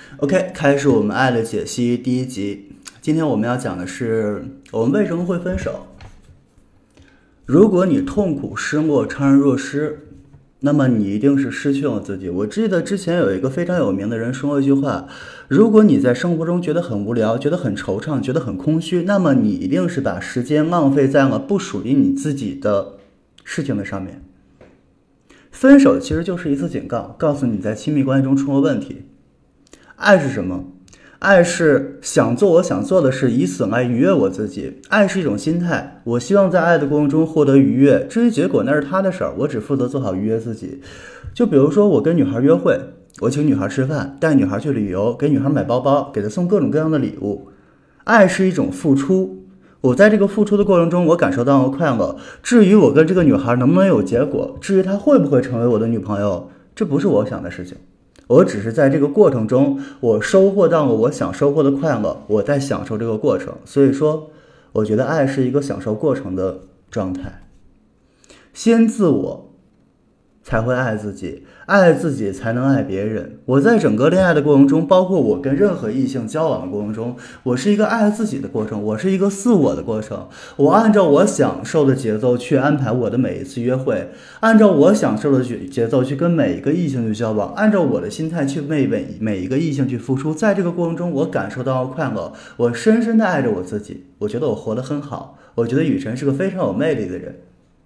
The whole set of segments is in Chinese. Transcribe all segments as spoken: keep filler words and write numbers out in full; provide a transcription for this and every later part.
OK，开始我们爱的解析第一集。今天我们要讲的是我们为什么会分手。如果你痛苦失落怅然若失，那么你一定是失去了自己。我记得之前有一个非常有名的人说过一句话，如果你在生活中觉得很无聊，觉得很惆怅，觉得很空虚，那么你一定是把时间浪费在了不属于你自己的事情的上面。分手其实就是一次警告，告诉你在亲密关系中出了问题。爱是什么？爱是想做我想做的事，以此来愉悦我自己。爱是一种心态，我希望在爱的过程中获得愉悦，至于结果那是他的事儿，我只负责做好愉悦自己。就比如说我跟女孩约会，我请女孩吃饭，带女孩去旅游，给女孩买包包，给她送各种各样的礼物。爱是一种付出，我在这个付出的过程中，我感受到了快乐。至于我跟这个女孩能不能有结果，至于她会不会成为我的女朋友，这不是我想的事情。我只是在这个过程中，我收获到了我想收获的快乐，我在享受这个过程。所以说，我觉得爱是一个享受过程的状态。先自我，才会爱自己，爱自己才能爱别人。我在整个恋爱的过程中，包括我跟任何异性交往的过程中，我是一个爱自己的过程，我是一个自我的过程。我按照我享受的节奏去安排我的每一次约会，按照我享受的节奏去跟每一个异性去交往，按照我的心态去为每每一个异性去付出。在这个过程中，我感受到了快乐，我深深的爱着我自己。我觉得我活得很好，我觉得雨辰是个非常有魅力的人。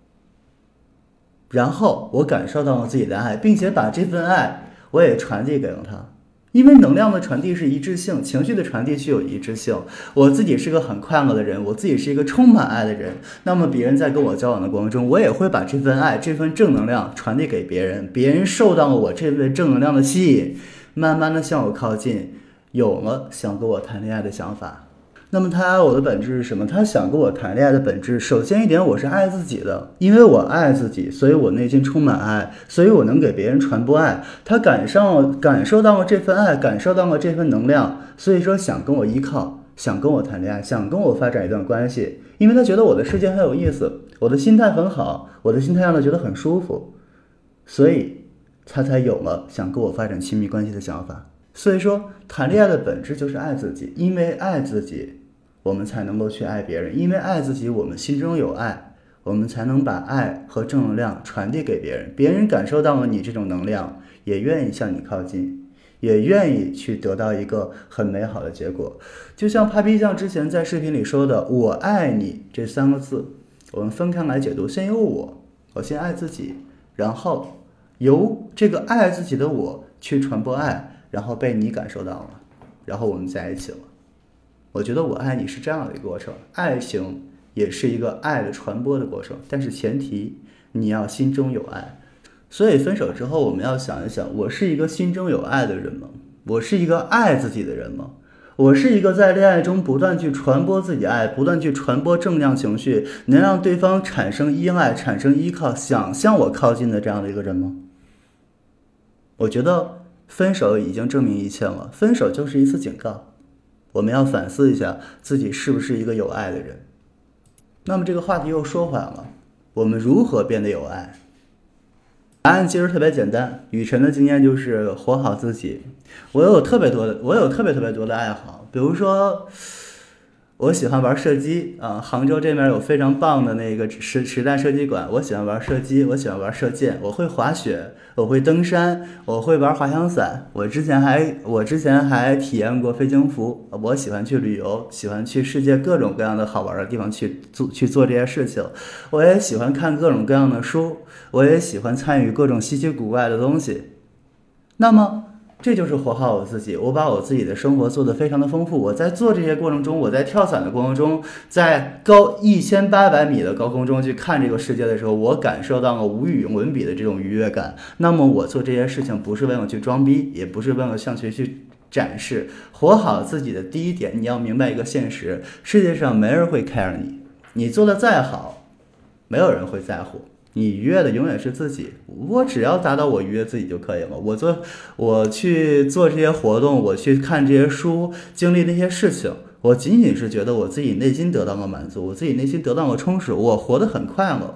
然后我感受到了自己的爱，并且把这份爱我也传递给了他。因为能量的传递是一致性，情绪的传递具有一致性。我自己是个很快乐的人，我自己是一个充满爱的人，那么别人在跟我交往的过程中，我也会把这份爱，这份正能量传递给别人。别人受到了我这份正能量的吸引，慢慢的向我靠近，有了想跟我谈恋爱的想法。那么他爱我的本质是什么？他想跟我谈恋爱的本质，首先一点，我是爱自己的，因为我爱自己，所以我内心充满爱，所以我能给别人传播爱。他感受感受到了这份爱，感受到了这份能量，所以说想跟我依靠，想跟我谈恋爱，想跟我发展一段关系，因为他觉得我的世界很有意思，我的心态很好，我的心态让他觉得很舒服，所以他才有了想跟我发展亲密关系的想法。所以说谈恋爱的本质就是爱自己，因为爱自己我们才能够去爱别人，因为爱自己我们心中有爱，我们才能把爱和正能量传递给别人，别人感受到了你这种能量，也愿意向你靠近，也愿意去得到一个很美好的结果。就像 Papi 酱之前在视频里说的，我爱你这三个字，我们分开来解读，先由我我先爱自己，然后由这个爱自己的我去传播爱，然后被你感受到了，然后我们在一起了。我觉得我爱你是这样的一个过程，爱情也是一个爱的传播的过程，但是前提你要心中有爱。所以分手之后我们要想一想，我是一个心中有爱的人吗？我是一个爱自己的人吗？我是一个在恋爱中不断去传播自己爱，不断去传播正向情绪，能让对方产生依赖，产生依靠，想向我靠近的这样的一个人吗？我觉得分手已经证明一切了，分手就是一次警告，我们要反思一下自己是不是一个有爱的人。那么这个话题又说回来了，我们如何变得有爱？答案其实特别简单，雨辰的经验就是活好自己。我有特别多的，我有特别特别多的爱好，比如说我喜欢玩射击啊，杭州这边有非常棒的那个实实弹射击馆，我喜欢玩射击，我喜欢玩射箭，我会滑雪，我会登山，我会玩滑翔伞，我之前还我之前还体验过飞行服，我喜欢去旅游，喜欢去世界各种各样的好玩的地方去做去做这些事情，我也喜欢看各种各样的书，我也喜欢参与各种稀奇古怪的东西。那么这就是活好我自己，我把我自己的生活做得非常的丰富。我在做这些过程中，我在跳伞的过程中，在高一千八百米的高空中去看这个世界的时候，我感受到了无与伦比的这种愉悦感。那么我做这些事情不是为了去装逼，也不是为了向谁去展示。活好自己的第一点，你要明白一个现实，世界上没人会 care 你，你做的再好，没有人会在乎。你愉悦的永远是自己，我只要达到我愉悦自己就可以了。我做，我去做这些活动，我去看这些书，经历那些事情，我仅仅是觉得我自己内心得到了满足，我自己内心得到了充实，我活得很快乐，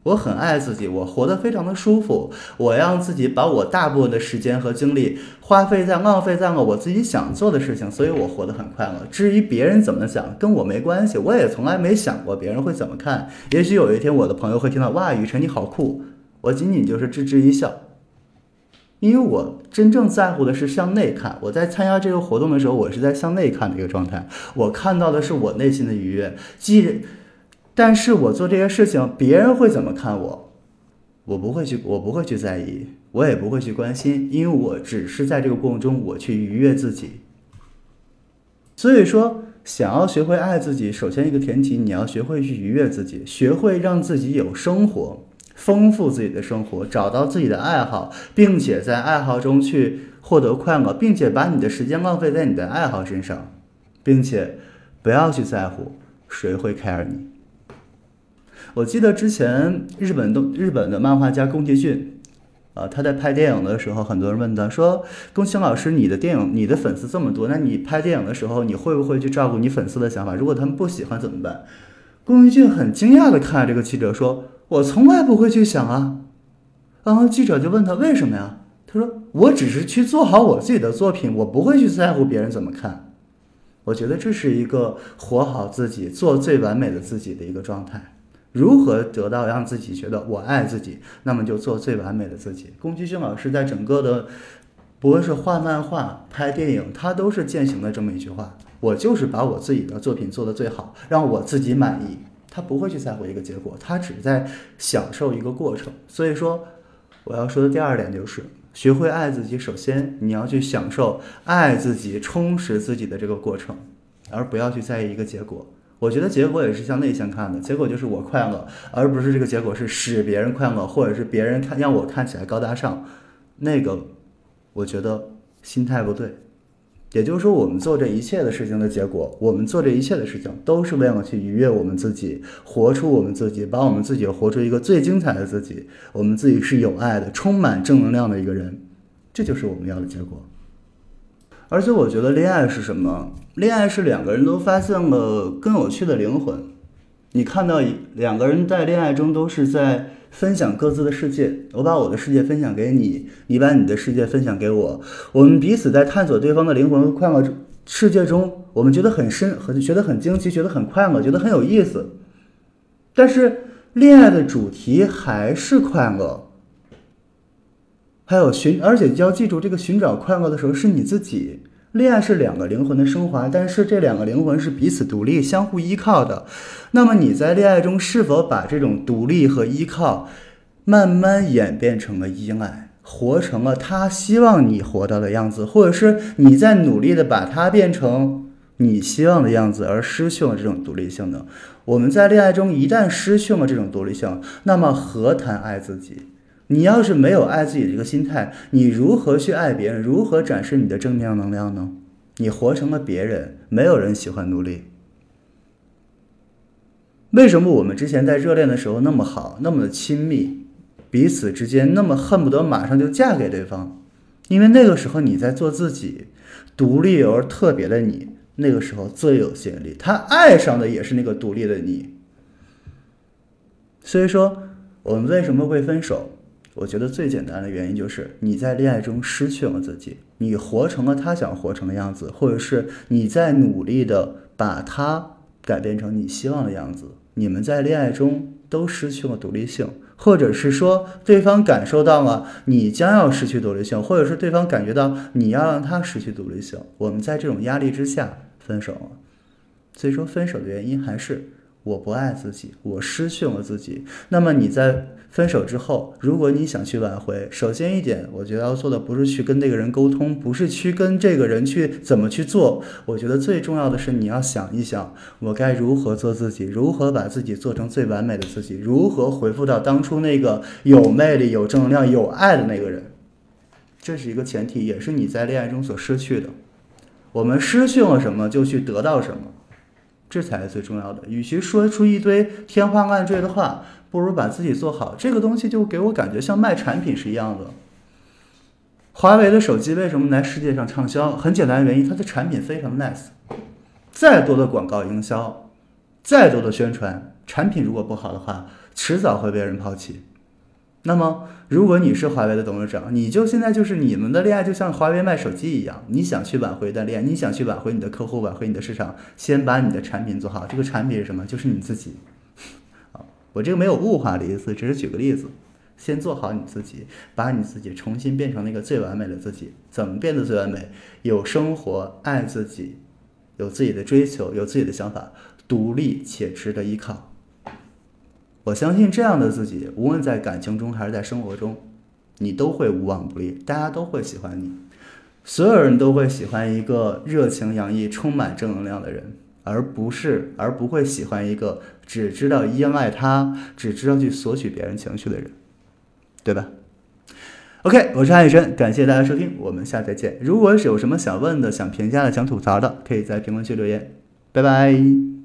我很爱自己，我活得非常的舒服，我让自己把我大部分的时间和精力花费在浪费在了我自己想做的事情，所以我活得很快乐。至于别人怎么想，跟我没关系，我也从来没想过别人会怎么看。也许有一天我的朋友会听到，哇，雨辰你好酷，我仅仅就是置之一笑。因为我真正在乎的是向内看，我在参加这个活动的时候，我是在向内看的一个状态，我看到的是我内心的愉悦。既但是我做这些事情，别人会怎么看我，我不会去，我不会去在意，我也不会去关心，因为我只是在这个过程中，我去愉悦自己。所以说，想要学会爱自己，首先一个前提，你要学会去愉悦自己，学会让自己有生活。丰富自己的生活，找到自己的爱好，并且在爱好中去获得快乐，并且把你的时间浪费在你的爱好身上，并且不要去在乎谁会 care 你。我记得之前日本的日本的漫画家宫崎骏，啊，他在拍电影的时候，很多人问他说：“宫崎老师，你的电影，你的粉丝这么多，那你拍电影的时候，你会不会去照顾你粉丝的想法？如果他们不喜欢怎么办？”宫崎骏很惊讶地看着这个记者说：“我从来不会去想啊。”然后记者就问他为什么呀？他说：“我只是去做好我自己的作品，我不会去在乎别人怎么看。”我觉得这是一个活好自己、做最完美的自己的一个状态。如何得到让自己觉得我爱自己，那么就做最完美的自己。宫崎骏老师在整个的，不论是画漫画、拍电影，他都是践行了这么一句话：我就是把我自己的作品做得最好，让我自己满意。他不会去在乎一个结果，他只在享受一个过程。所以说，我要说的第二点就是，学会爱自己，首先你要去享受爱自己、充实自己的这个过程，而不要去在意一个结果。我觉得结果也是向内向看的，结果就是我快乐，而不是这个结果是使别人快乐，或者是别人看让我看起来高大上。那个，我觉得心态不对。也就是说，我们做这一切的事情的结果，我们做这一切的事情都是为了去愉悦我们自己，活出我们自己，把我们自己活出一个最精彩的自己。我们自己是有爱的，充满正能量的一个人，这就是我们要的结果。而且我觉得恋爱是什么？恋爱是两个人都发现了更有趣的灵魂。你看到两个人在恋爱中都是在分享各自的世界，我把我的世界分享给你，你把你的世界分享给我，我们彼此在探索对方的灵魂和快乐世界中，我们觉得很深，很觉得很惊奇，觉得很快乐，觉得很有意思。但是恋爱的主题还是快乐，还有寻，而且要记住，这个寻找快乐的时候是你自己。恋爱是两个灵魂的升华，但是这两个灵魂是彼此独立、相互依靠的。那么你在恋爱中是否把这种独立和依靠慢慢演变成了依赖，活成了他希望你活到的样子，或者是你在努力的把它变成你希望的样子，而失去了这种独立性呢？我们在恋爱中一旦失去了这种独立性，那么何谈爱自己？你要是没有爱自己这个心态，你如何去爱别人？如何展示你的正面能量呢？你活成了别人，没有人喜欢努力。为什么我们之前在热恋的时候那么好，那么的亲密，彼此之间那么恨不得马上就嫁给对方？因为那个时候你在做自己，独立而特别的你，那个时候最有吸引力。他爱上的也是那个独立的你。所以说，我们为什么会分手？我觉得最简单的原因就是你在恋爱中失去了自己，你活成了他想活成的样子，或者是你在努力的把他改变成你希望的样子。你们在恋爱中都失去了独立性，或者是说对方感受到了你将要失去独立性，或者是对方感觉到你要让他失去独立性，我们在这种压力之下分手了。所以说分手的原因还是我不爱自己，我失去了自己。那么你在分手之后，如果你想去挽回，首先一点我觉得要做的不是去跟这个人沟通，不是去跟这个人去怎么去做，我觉得最重要的是你要想一想，我该如何做自己，如何把自己做成最完美的自己，如何回复到当初那个有魅力、有正能量、有爱的那个人。这是一个前提，也是你在恋爱中所失去的。我们失去了什么就去得到什么，这才是最重要的。与其说出一堆天花乱坠的话，不如把自己做好。这个东西就给我感觉像卖产品是一样的。华为的手机为什么来世界上畅销？很简单的原因，它的产品非常 nice。再多的广告营销，再多的宣传， 产品如果不好的话，迟早会被人抛弃。那么，如果你是华为的董事长，你就现在就是你们的恋爱就像华为卖手机一样，你想去挽回一段恋爱，你想去挽回你的客户，挽回你的市场，先把你的产品做好。这个产品是什么？就是你自己。好，我这个没有物化的意思，只是举个例子。先做好你自己，把你自己重新变成那个最完美的自己。怎么变得最完美？有生活，爱自己，有自己的追求，有自己的想法，独立且值得依靠。我相信这样的自己，无论在感情中还是在生活中，你都会无往不利，大家都会喜欢你，所有人都会喜欢一个热情洋溢、充满正能量的人，而不是而不会喜欢一个只知道依赖他、只知道去索取别人情绪的人，对吧 ？OK， 我是韩宇轩，感谢大家收听，我们下次再见。如果是有什么想问的、想评价的、想吐槽的，可以在评论区留言。拜拜。